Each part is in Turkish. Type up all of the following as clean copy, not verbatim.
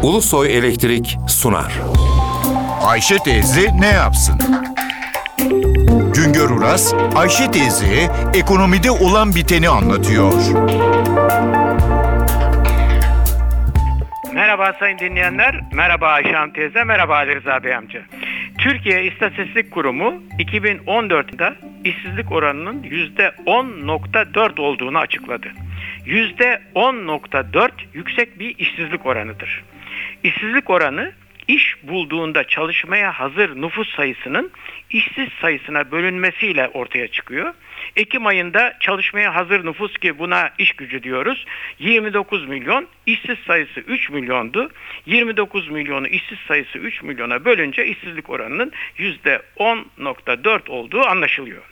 Ulusoy Elektrik sunar. Ayşe teyze ne yapsın? Güngör Uras, Ayşe teyzeye ekonomide olan biteni anlatıyor. Merhaba sayın dinleyenler, merhaba Ayşe Hanım teyze, merhaba Ali Rıza Bey amca. Türkiye İstatistik Kurumu 2014'te işsizlik oranının %10.4 olduğunu açıkladı. %10.4 yüksek bir işsizlik oranıdır. İşsizlik oranı iş bulduğunda çalışmaya hazır nüfus sayısının işsiz sayısına bölünmesiyle ortaya çıkıyor. Ekim ayında çalışmaya hazır nüfus, ki buna iş gücü diyoruz, 29 milyon, işsiz sayısı 3 milyondu. 29 milyonu işsiz sayısı 3 milyona bölünce işsizlik oranının %10.4 olduğu anlaşılıyor.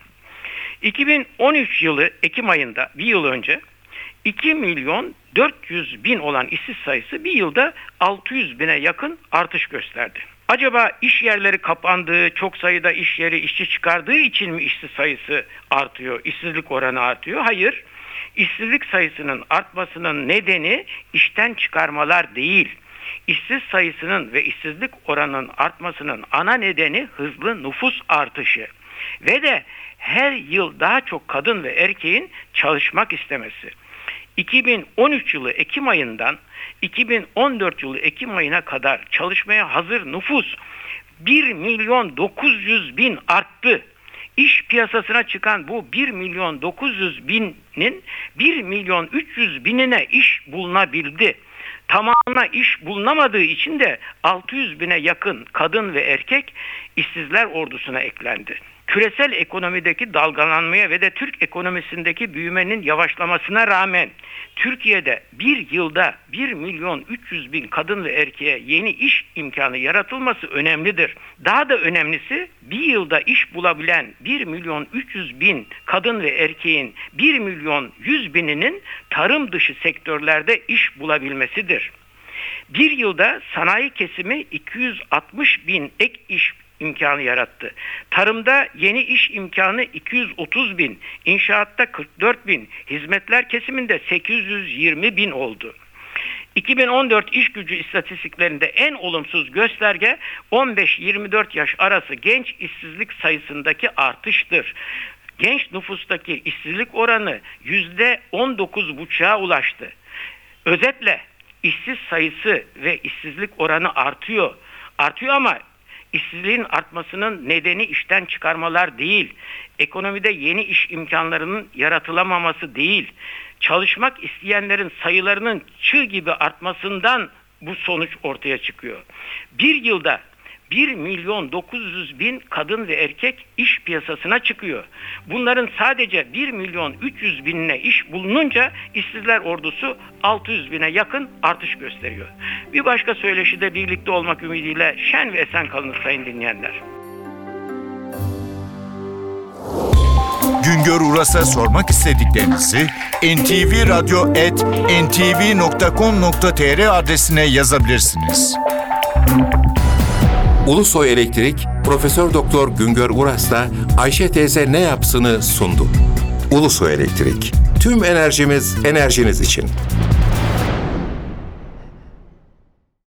2013 yılı Ekim ayında, bir yıl önce, 2 milyon 400 bin olan işsiz sayısı bir yılda 600 bine yakın artış gösterdi. Acaba iş yerleri kapandığı, çok sayıda iş yeri işçi çıkardığı için mi işsiz sayısı artıyor, işsizlik oranı artıyor? Hayır. İşsizlik sayısının artmasının nedeni işten çıkarmalar değil. İşsiz sayısının ve işsizlik oranının artmasının ana nedeni hızlı nüfus artışı ve de her yıl daha çok kadın ve erkeğin çalışmak istemesi. 2013 yılı Ekim ayından 2014 yılı Ekim ayına kadar çalışmaya hazır nüfus 1 milyon 900 bin arttı. İş piyasasına çıkan bu 1 milyon 900 binin 1 milyon 300 binine iş bulunabildi. Tamamına iş bulunamadığı için de 600 bine yakın kadın ve erkek işsizler ordusuna eklendi. Küresel ekonomideki dalgalanmaya ve de Türk ekonomisindeki büyümenin yavaşlamasına rağmen Türkiye'de bir yılda 1 milyon 300 bin kadın ve erkeğe yeni iş imkanı yaratılması önemlidir. Daha da önemlisi, bir yılda iş bulabilen 1 milyon 300 bin kadın ve erkeğin 1 milyon 100 bininin tarım dışı sektörlerde iş bulabilmesidir. Bir yılda sanayi kesimi 260 bin ek iş imkanı yarattı. Tarımda yeni iş imkanı 230 bin, inşaatta 44 bin, hizmetler kesiminde 820 bin oldu. 2014 iş gücü istatistiklerinde en olumsuz gösterge 15-24 yaş arası genç işsizlik sayısındaki artıştır. Genç nüfustaki işsizlik oranı %19,5'a ulaştı. Özetle işsiz sayısı ve işsizlik oranı artıyor. Artıyor ama İşsizliğin artmasının nedeni işten çıkarmalar değil, ekonomide yeni iş imkanlarının yaratılamaması değil, çalışmak isteyenlerin sayılarının çığ gibi artmasından bu sonuç ortaya çıkıyor. Bir yılda 1 milyon 900 bin kadın ve erkek iş piyasasına çıkıyor. Bunların sadece 1 milyon 300 binine iş bulununca işsizler ordusu 600 bine yakın artış gösteriyor. Bir başka söyleşide birlikte olmak ümidiyle şen ve esen kalın sayın dinleyenler. Güngör Uras'a sormak istediklerinizi ntvradyo@ntv.com.tr adresine yazabilirsiniz. Ulusoy Elektrik, Profesör Doktor Güngör Uras'la Ayşe teyze ne yapsını sundu. Ulusoy Elektrik, tüm enerjimiz enerjiniz için.